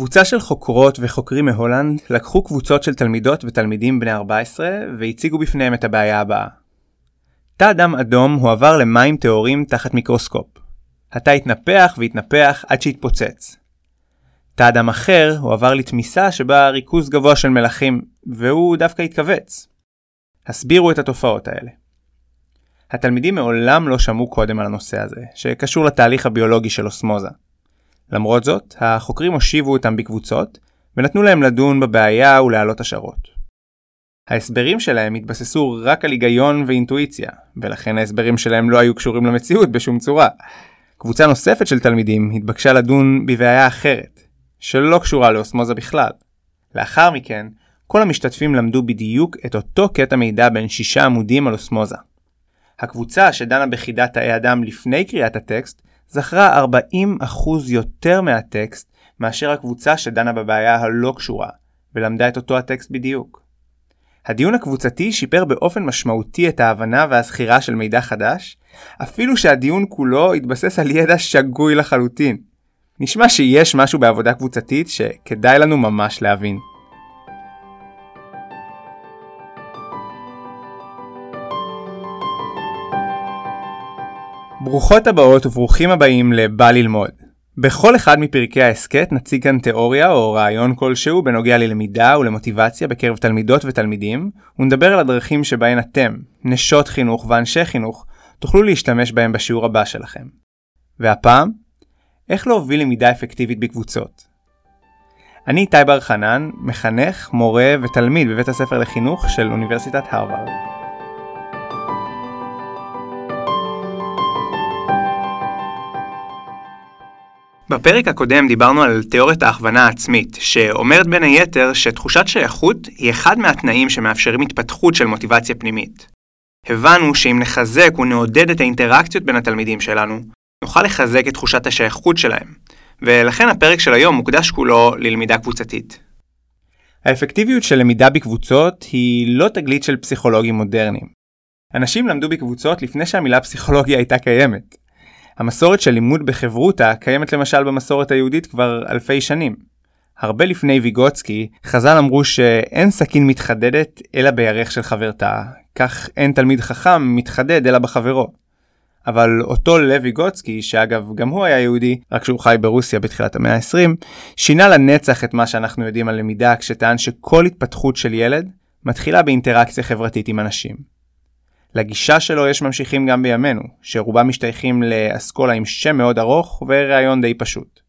קבוצה של חוקרות וחוקרים מהולנד לקחו קבוצות של תלמידות ותלמידים בני 14 והציגו בפניהם את הבעיה הבאה. תא דם אדום הועבר למים טהורים תחת מיקרוסקופ. התא התנפח והתנפח עד שהתפוצץ. תא דם אחר הועבר לתמיסה שבה ריכוז גבוה של מלחים, והוא דווקא התכווץ. הסבירו את התופעות האלה. התלמידים מעולם לא שמעו קודם על הנושא הזה, שקשור לתהליך הביולוגי של אוסמוזה. למרות זאת, החוקרים הושיבו אותם בקבוצות, ונתנו להם לדון בבעיה ולהעלות השערות. ההסברים שלהם התבססו רק על היגיון ואינטואיציה, ולכן ההסברים שלהם לא היו קשורים למציאות בשום צורה. קבוצה נוספת של תלמידים התבקשה לדון בבעיה אחרת, שלא קשורה לאוסמוזה בכלל. לאחר מכן, כל המשתתפים למדו בדיוק את אותו קטע מידע בין 6 עמודים על אוסמוזה. הקבוצה שדנה בחידת תאי הדם לפני קריאת הטקסט, זכרה 40% יותר מהטקסט מאשר הקבוצה שדנה בבעיה הלא קשורה, ולמדה את אותו הטקסט בדיוק. הדיון הקבוצתי שיפר באופן משמעותי את ההבנה והזכירה של מידע חדש, אפילו שהדיון כולו התבסס על ידע שגוי לחלוטין. נשמע שיש משהו בעבודה קבוצתית שכדאי לנו ממש להבין. ברוכות הבאות וברוכים הבאים לבא ללמוד. בכל אחד מפרקי העסקת נציג כאן תיאוריה או רעיון כלשהו בנוגע ללמידה ולמוטיבציה בקרב תלמידות ותלמידים, ונדבר על הדרכים שבהן אתם, נשות חינוך ואנשי חינוך, תוכלו להשתמש בהם בשיעור הבא שלכם. והפעם, איך להוביל למידה אפקטיבית בקבוצות. אני איתי בר חנן, מחנך, מורה ותלמיד בבית הספר לחינוך של אוניברסיטת הרווארד. בפרק הקודם דיברנו על תיאוריית ההכוונה העצמית, שאומרת בין היתר שתחושת שייכות היא אחד מהתנאים שמאפשרים התפתחות של מוטיבציה פנימית. הבנו שאם נחזק ונעודד את האינטראקציות בין התלמידים שלנו, נוכל לחזק את תחושת השייכות שלהם, ולכן הפרק של היום מוקדש כולו ללמידה קבוצתית. האפקטיביות של למידה בקבוצות היא לא תגלית של פסיכולוגים מודרניים. אנשים למדו בקבוצות לפני שהמילה פסיכולוגיה הייתה קיימת. המסורת של לימוד בחברותה קיימת למשל במסורת היהודית כבר אלפי שנים. הרבה לפני ויגוצקי, חז"ל אמרו שאין סכין מתחדדת אלא בירך של חברתה, כך אין תלמיד חכם מתחדד אלא בחברו. אבל אותו לוי ויגוצקי, שאגב גם הוא היה יהודי, רק שהוא חי ברוסיה בתחילת המאה ה-20, שינה לנצח את מה שאנחנו יודעים על למידה, כשטען שכל התפתחות של ילד מתחילה באינטראקציה חברתית עם אנשים. לגישה שלו יש ממשיכים גם בימינו, שרובם משתייכים לאסכולה עם שם מאוד ארוך ורעיון די פשוט.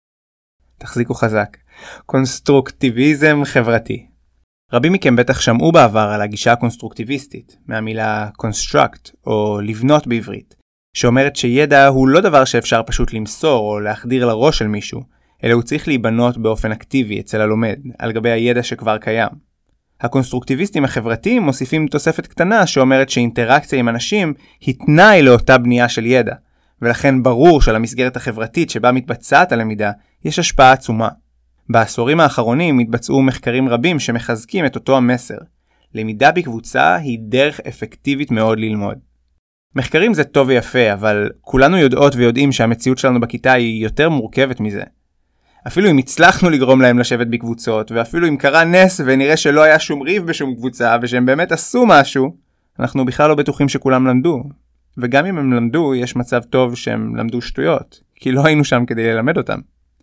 תחזיקו חזק. קונסטרוקטיביזם חברתי. רבים מכם בטח שמעו בעבר על הגישה הקונסטרוקטיביסטית, מהמילה construct או לבנות בעברית, שאומרת שידע הוא לא דבר שאפשר פשוט למסור או להחדיר לראש של מישהו, אלא הוא צריך להיבנות באופן אקטיבי אצל הלומד, על גבי הידע שכבר קיים. הקונסטרוקטיביסטים החברתיים מוסיפים תוספת קטנה שאומרת שאינטראקציה עם אנשים היא תנאי לאותה בנייה של ידע, ולכן ברור שלמסגרת החברתית שבה מתבצעת הלמידה יש השפעה עצומה. בעשורים האחרונים התבצעו מחקרים רבים שמחזקים את אותו המסר. למידה בקבוצה היא דרך אפקטיבית מאוד ללמוד. מחקרים זה טוב ויפה, אבל כולנו יודעות ויודעים שהמציאות שלנו בכיתה היא יותר מורכבת מזה. אפילו אם הצלחנו לגרום להם לשבת בקבוצות, ואפילו אם קרה נס ונראה שלא היה שום ריב בשום קבוצה, ושהם באמת עשו משהו, אנחנו בכלל לא בטוחים שכולם למדו. וגם אם הם למדו, יש מצב טוב שהם למדו שטויות, כי לא היינו שם כדי ללמד אותם.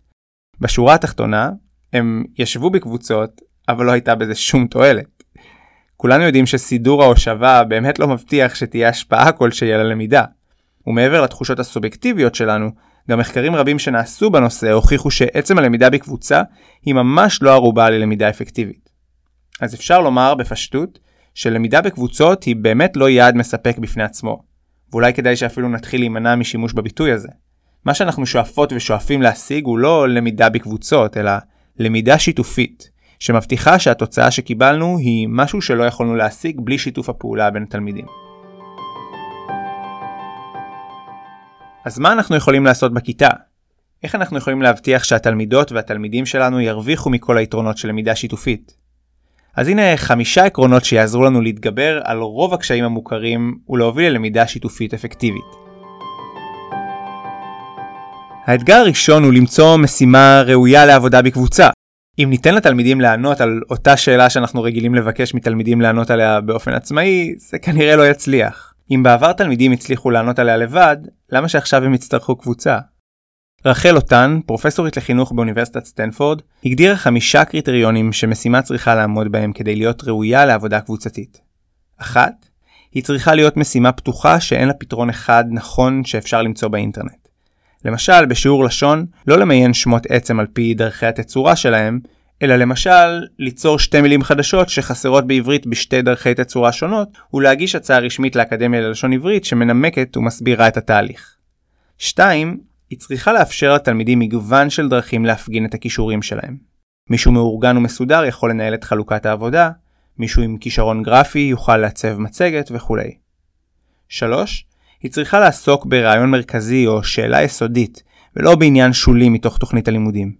בשורה התחתונה, הם ישבו בקבוצות, אבל לא הייתה בזה שום תועלת. כולנו יודעים שסידור ההושבה באמת לא מבטיח שתהיה השפעה כלשהי על הלמידה. ומעבר לתחושות הסובייקטיביות שלנו, גם מחקרים רבים שנעשו בנושא הוכיחו שעצם הלמידה בקבוצה היא ממש לא ערובה ללמידה אפקטיבית. אז אפשר לומר בפשטות שלמידה בקבוצות היא באמת לא יעד מספק בפני עצמו, ואולי כדאי שאפילו נתחיל להימנע משימוש בביטוי הזה. מה שאנחנו שואפות ושואפים להשיג הוא לא למידה בקבוצות, אלא למידה שיתופית, שמבטיחה שהתוצאה שקיבלנו היא משהו שלא יכולנו להשיג בלי שיתוף הפעולה בין התלמידים. אז מה אנחנו יכולים לעשות בכיתה? איך אנחנו יכולים להבטיח שהתלמידות והתלמידים שלנו ירוויחו מכל היתרונות של למידה שיתופית? אז הנה 5 עקרונות שיעזרו לנו להתגבר על רוב הקשיים המוכרים ולהוביל ללמידה שיתופית אפקטיבית. האתגר הראשון הוא למצוא משימה ראויה לעבודה בקבוצה. אם ניתן לתלמידים לענות על אותה שאלה שאנחנו רגילים לבקש מתלמידים לענות עליה באופן עצמאי, זה כנראה לא יצליח. אם בעבר תלמידים הצליחו לענות עליה לבד, למה שעכשיו הם יצטרכו קבוצה? רחל אותן, פרופסורית לחינוך באוניברסיטת סטנפורד, הגדירה 5 קריטריונים שמשימה צריכה לעמוד בהם כדי להיות ראויה לעבודה קבוצתית. 1. היא צריכה להיות משימה פתוחה שאין לה פתרון אחד נכון שאפשר למצוא באינטרנט. למשל, בשיעור לשון, לא למיין שמות עצם על פי דרכי התצורה שלהם, אלא למשל, ליצור 2 מילים חדשות שחסרות בעברית בשתי דרכי תצורה שונות, ולהגיש הצעה רשמית לאקדמיה ללשון עברית שמנמקת ומסבירה את התהליך. 2. היא צריכה לאפשר לתלמידים מגוון של דרכים להפגין את הכישורים שלהם. מישהו מאורגן ומסודר יכול לנהל את חלוקת העבודה, מישהו עם כישרון גרפי יוכל לעצב מצגת וכו'. 3. היא צריכה לעסוק ברעיון מרכזי או שאלה יסודית, ולא בעניין שולי מתוך תוכנית הלימודים.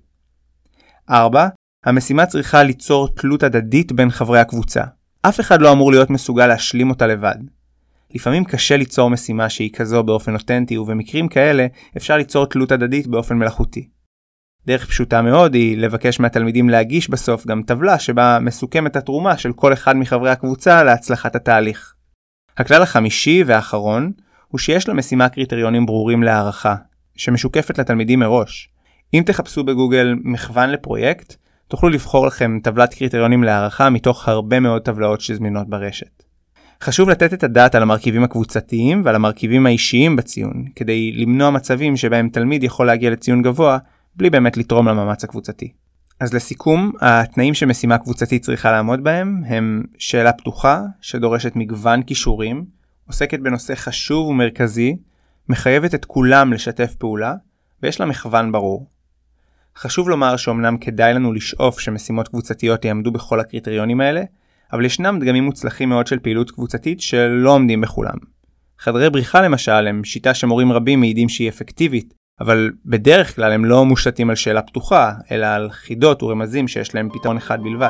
4. המשימה צריכה ליצור תלות הדדית בין חברי הקבוצה. אף אחד לא אמור להיות מסוגל להשלים אותה לבד. לפעמים קשה ליצור משימה שהיא כזו באופן אותנטי, ובמקרים כאלה אפשר ליצור תלות הדדית באופן מלאכותי. דרך פשוטה מאוד היא לבקש מהתלמידים להגיש בסוף גם טבלה שבה מסוכמת התרומה של כל אחד מחברי הקבוצה להצלחת התהליך. הכלל החמישי והאחרון הוא שיש למשימה קריטריונים ברורים להערכה, שמשוקפת לתלמידים מראש. אם תחפשו בגוגל מכוון לפרויקט, תוכלו לבחור לכם טבלת קריטריונים להערכה מתוך הרבה מאוד טבלאות שזמינות ברשת. חשוב לתת את הדעת על המרכיבים הקבוצתיים ועל המרכיבים האישיים בציון, כדי למנוע מצבים שבהם תלמיד יכול להגיע לציון גבוה, בלי באמת לתרום למאמץ הקבוצתי. אז לסיכום, התנאים שמשימה קבוצתית צריכה לעמוד בהם הם שאלה פתוחה, שדורשת מגוון כישורים, עוסקת בנושא חשוב ומרכזי, מחייבת את כולם לשתף פעולה, ויש לה מכוון ברור. חשוב לומר שאומנם כדאי לנו לשאוף שמשימות קבוצתיות יעמדו בכל הקריטריונים האלה, אבל ישנם דגמים מוצלחים מאוד של פעילות קבוצתית שלא עומדים בכולם. חדרי בריחה למשל הם שיטה שמורים רבים מעידים שהיא אפקטיבית, אבל בדרך כלל הם לא מושתתים על שאלה פתוחה, אלא על חידות ורמזים שיש להם פתרון אחד בלבד.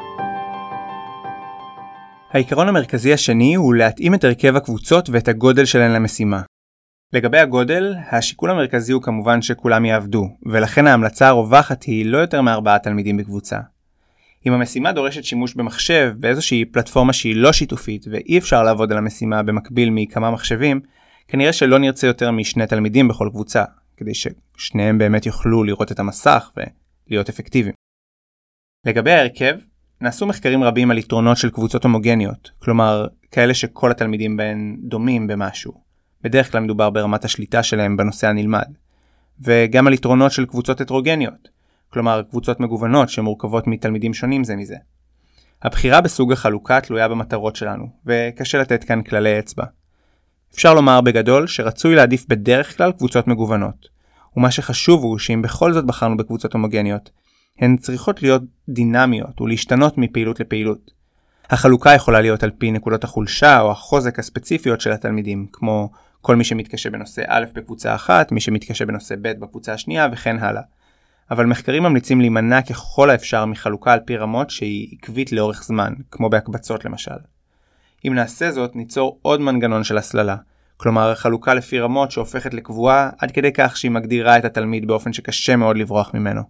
העיקרון המרכזי השני הוא להתאים את הרכב הקבוצות ואת הגודל שלהן למשימה. לגבי הגודל, השיקול המרכזי הוא כמובן שכולם יעבדו, ולכן ההמלצה הרווחת היא לא יותר מ4 תלמידים בקבוצה. אם המשימה דורשת שימוש במחשב באיזושהי פלטפורמה שהיא לא שיתופית ואי אפשר לעבוד על המשימה במקביל מכמה מחשבים, כנראה שלא נרצה יותר מ2 תלמידים בכל קבוצה, כדי ששניהם באמת יוכלו לראות את המסך ולהיות אפקטיביים. לגבי ההרכב, נעשו מחקרים רבים על יתרונות של קבוצות הומוגניות, כלומר כאלה שכל התלמידים בהן דומים במשהו. בדרך כלל מדובר ברמת השליטה שלהם בנושא הנלמד. וגם על יתרונות של קבוצות הטרוגניות, כלומר קבוצות מגוונות שמורכבות מתלמידים שונים זה מזה. הבחירה בסוג החלוקה תלויה במטרות שלנו, וקשה לתת כאן כללי אצבע. אפשר לומר בגדול שרצוי להעדיף בדרך כלל קבוצות מגוונות, ומה שחשוב הוא שאם בכל זאת בחרנו בקבוצות הומוגניות, הן צריכות להיות דינמיות ולהשתנות מפעילות לפעילות. החלוקה יכולה להיות על פי נקודות החולשה או החוזק הספציפיות של התלמידים, כמו כל מי שמתקשה בנושא א' בקבוצה אחת, מי שמתקשה בנושא ב' בקבוצה השנייה וכן הלאה. אבל מחקרים ממליצים להימנע ככל האפשר מחלוקה על פי רמות שהיא עקבית לאורך זמן, כמו בהקבצות למשל. אם נעשה זאת, ניצור עוד מנגנון של הסללה, כלומר חלוקה לפי רמות שהופכת לקבועה עד כדי כך שהיא מגדירה את התלמיד באופן שקשה מאוד לברוח ממנו.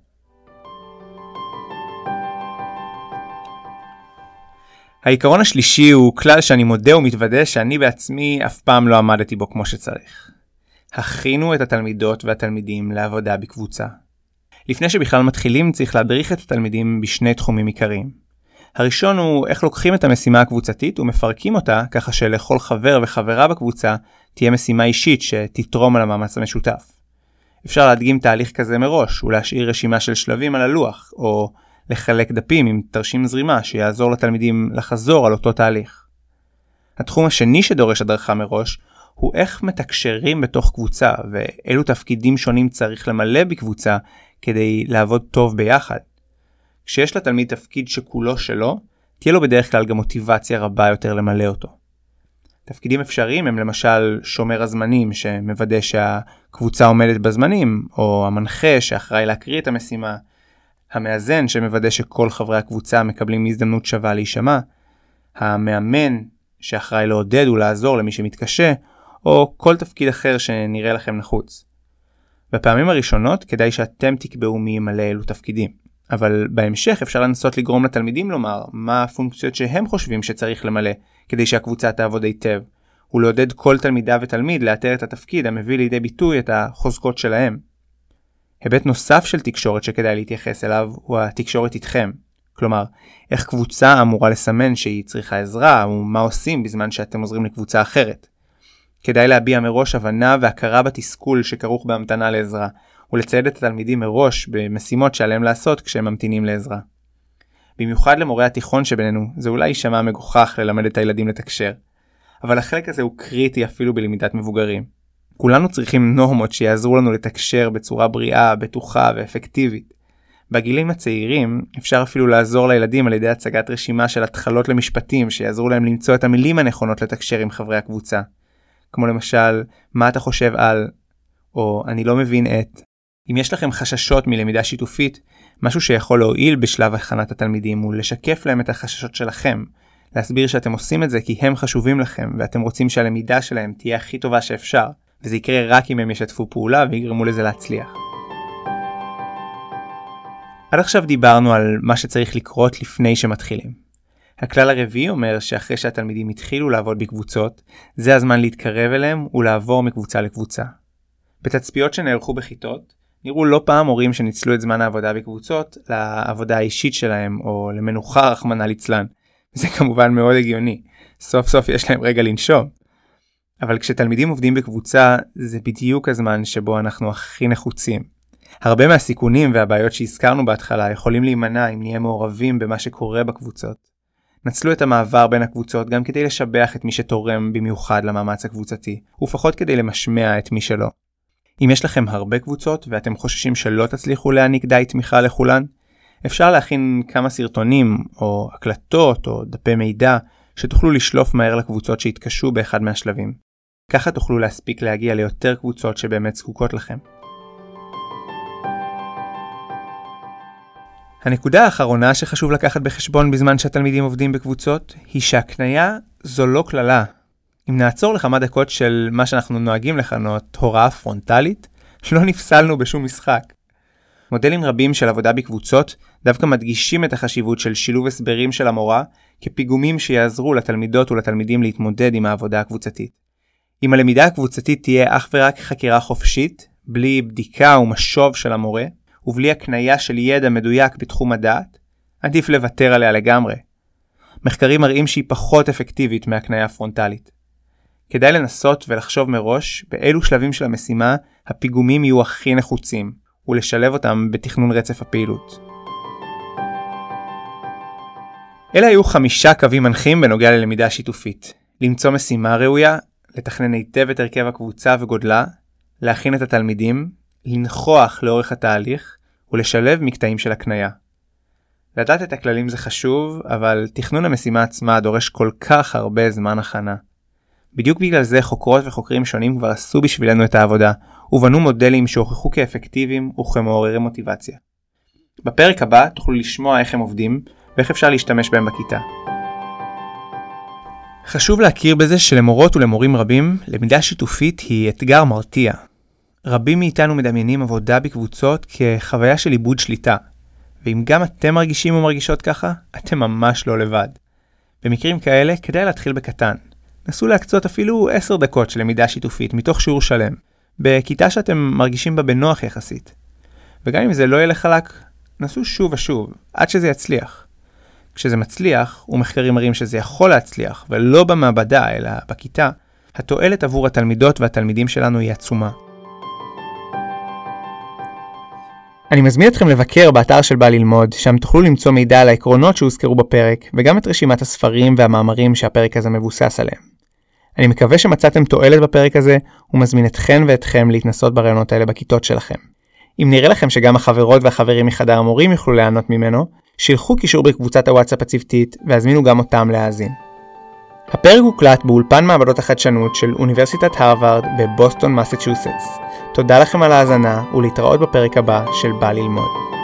העיקרון השלישי הוא כלל שאני מודה ומתוודה שאני בעצמי אף פעם לא עמדתי בו כמו שצריך. הכינו את התלמידות והתלמידים לעבודה בקבוצה. לפני שבכלל מתחילים צריך להדריך את התלמידים בשני תחומים עיקריים. הראשון הוא איך לוקחים את המשימה הקבוצתית ומפרקים אותה ככה שלכל חבר וחברה בקבוצה תהיה משימה אישית שתתרום על המאמץ המשותף. אפשר להדגים תהליך כזה מראש ולהשאיר רשימה של שלבים על הלוח או לחלק דפים עם תרשים זרימה שיעזור לתלמידים לחזור על אותו תהליך. התחום השני שדורש הדרכה מראש הוא איך מתקשרים בתוך קבוצה ואילו תפקידים שונים צריך למלא בקבוצה כדי לעבוד טוב ביחד. כשיש לתלמיד תפקיד שכולו שלו, תהיה לו בדרך כלל גם מוטיבציה רבה יותר למלא אותו. תפקידים אפשריים הם למשל שומר הזמנים שמוודא שהקבוצה עומדת בזמנים, או המנחה שאחראי להקריא את המשימה, המאזן שמוודא שכל חברי הקבוצה מקבלים הזדמנות שווה להישמע, המאמן שאחראי לעודד ולעזור למי שמתקשה, או כל תפקיד אחר שנראה לכם נחוץ. בפעמים הראשונות כדאי שאתם תקבעו מי ימלא אילו תפקידים, אבל בהמשך אפשר לנסות לגרום לתלמידים לומר מה הפונקציות שהם חושבים שצריך למלא כדי שהקבוצה תעבוד היטב, ולעודד כל תלמידה ותלמיד לאתר את התפקיד המביא לידי ביטוי את החוזקות שלהם. היבט נוסף של תקשורת שכדאי להתייחס אליו הוא התקשורת איתכם. כלומר, איך קבוצה אמורה לסמן שהיא צריכה עזרה, ומה עושים בזמן שאתם עוזרים לקבוצה אחרת. כדאי להביע מראש הבנה והכרה בתסכול שכרוך בהמתנה לעזרה, ולצייד את התלמידים מראש במשימות שעליהם לעשות כשהם ממתינים לעזרה. במיוחד למורי התיכון שבינינו, זה אולי יישמע מגוחך ללמד את הילדים לתקשר, אבל החלק הזה הוא קריטי אפילו בלמידת מבוגרים. כולנו צריכים נורמות שיעזרו לנו לתקשר בצורה בריאה, בטוחה ואפקטיבית. בגילים הצעירים אפשר אפילו לעזור לילדים על ידי הצגת רשימה של התחלות למשפטים שיעזרו להם למצוא את המילים הנכונות לתקשר עם חברי הקבוצה. כמו למשל, מה אתה חושב על, או אני לא מבין את. אם יש לכם חששות מלמידה שיתופית, משהו שיכול להועיל בשלב הכנת התלמידים הוא לשקף להם את החששות שלכם, להסביר שאתם עושים את זה כי הם חשובים לכם ואתם רוצים שהלמידה שלהם תהיה הכי טובה שאפשר, וזה יקרה רק אם הם ישתפו פעולה ויגרמו לזה להצליח. עד עכשיו דיברנו על מה שצריך לקרות לפני שמתחילים. הכלל הרביעי אומר שאחרי שהתלמידים התחילו לעבוד בקבוצות, זה הזמן להתקרב אליהם ולעבור מקבוצה לקבוצה. בתצפיות שנערכו בכיתות, נראו לא פעם הורים שניצלו את זמן העבודה בקבוצות לעבודה האישית שלהם או למנוחה רחמנא ליצלן. זה כמובן מאוד הגיוני. סוף סוף יש להם רגע לנשום. אבל כשתלמידים עובדים בקבוצה, זה בדיוק הזמן שבו אנחנו הכי נחוצים. הרבה מהסיכונים והבעיות שהזכרנו בהתחלה יכולים להימנע אם נהיה מעורבים במה שקורה בקבוצות. נצלו את המעבר בין הקבוצות גם כדי לשבח את מי שתורם במיוחד למאמץ הקבוצתי, ופחות כדי למשמע את מי שלא. אם יש לכם הרבה קבוצות ואתם חוששים שלא תצליחו להעניק די תמיכה לכולן, אפשר להכין כמה סרטונים או הקלטות או דפי מידע שתוכלו לשלוף מהר לקבוצות שהתקשו באחד מהשלבים. ככה תוכלו להספיק להגיע ליותר קבוצות שבאמת זקוקות לכם. הנקודה האחרונה שחשוב לקחת בחשבון בזמן שהתלמידים עובדים בקבוצות היא שהקניה זו לא כללה. אם נעצור לכמה דקות של מה שאנחנו נוהגים לכנות הוראה פרונטלית, לא נפסלנו בשום משחק. מודלים רבים של עבודה בקבוצות דווקא מדגישים את החשיבות של שילוב הסברים של המורה כפיגומים שיעזרו לתלמידות ולתלמידים להתמודד עם העבודה הקבוצתית. אם הלמידה הקבוצתית תהיה אך ורק חקירה חופשית, בלי בדיקה ומשוב של המורה, ובלי הקניה של ידע מדויק בתחום הדעת, עדיף לוותר עליה לגמרי. מחקרים מראים שהיא פחות אפקטיבית מהקניה פרונטלית. כדאי לנסות ולחשוב מראש באילו שלבים של המשימה הפיגומים יהיו הכי נחוצים, ולשלב אותם בתכנון רצף הפעילות. אלה היו 5 קווים מנחים בנוגע ללמידה שיתופית. למצוא משימה ראויה, לתכנן היטב את הרכב הקבוצה וגודלה, להכין את התלמידים, לנחוח לאורך התהליך, ולשלב מקטעים של הקניה. לדעת את הכללים זה חשוב, אבל תכנון המשימה עצמה דורש כל כך הרבה זמן הכנה. בדיוק בגלל זה חוקרות וחוקרים שונים כבר עשו בשבילנו את העבודה, ובנו מודלים שהוכחו כאפקטיביים וכמעוררי מוטיבציה. בפרק הבא תוכלו לשמוע איך הם עובדים, ואיך אפשר להשתמש בהם בכיתה. חשוב להכיר בזה שלמורות ולמורים רבים, למידה שיתופית היא אתגר מרתיע. רבים מאיתנו מדמיינים עבודה בקבוצות כחוויה של איבוד שליטה, ואם גם אתם מרגישים ומרגישות ככה, אתם ממש לא לבד. במקרים כאלה כדאי להתחיל בקטן. נסו להקצות אפילו 10 דקות של למידה שיתופית מתוך שיעור שלם, בכיתה שאתם מרגישים בה בנוח יחסית. וגם אם זה לא יהיה לחלק, נסו שוב ושוב, עד שזה יצליח. כשזה מצליח, ומחקרים מראים שזה יכול להצליח, ולא במעבדה אלא בכיתה, התועלת עבור התלמידות והתלמידים שלנו היא עצומה. אני מזמין אתכם לבקר באתר של בא ללמוד, שם תוכלו למצוא מידע על העקרונות שהוזכרו בפרק, וגם את רשימת הספרים והמאמרים שהפרק הזה מבוסס עליהם. אני מקווה שמצאתם תועלת בפרק הזה, ומזמין אתכן ואתכם להתנסות ברעיונות האלה בכיתות שלכם. אם נראה לכם שגם החברות והחברים מחדר המורים יוכלו ליהנות ממנו, שילחו קישור בקבוצת הוואטסאפ הצוותית, והזמינו גם אותם להאזין. הפרק הוקלט באולפן מעבדות החדשנות של אוניברסיטת הרווארד בבוסטון, מסצ'וסטס. תודה לכם על ההאזנה, ולהתראות בפרק הבא של בא ללמוד.